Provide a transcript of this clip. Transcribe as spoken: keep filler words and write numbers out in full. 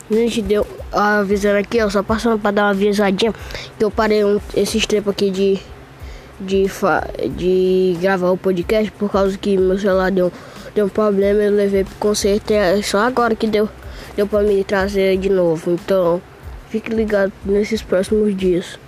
Gente, deu avisando aqui, ó, só passando pra dar uma avisadinha que eu parei um, esses tempos aqui de, de, fa, de gravar o podcast por causa que meu celular deu, deu um problema, eu levei pro conserto e é só agora que deu, deu pra me trazer de novo. Então, fique ligado nesses próximos dias.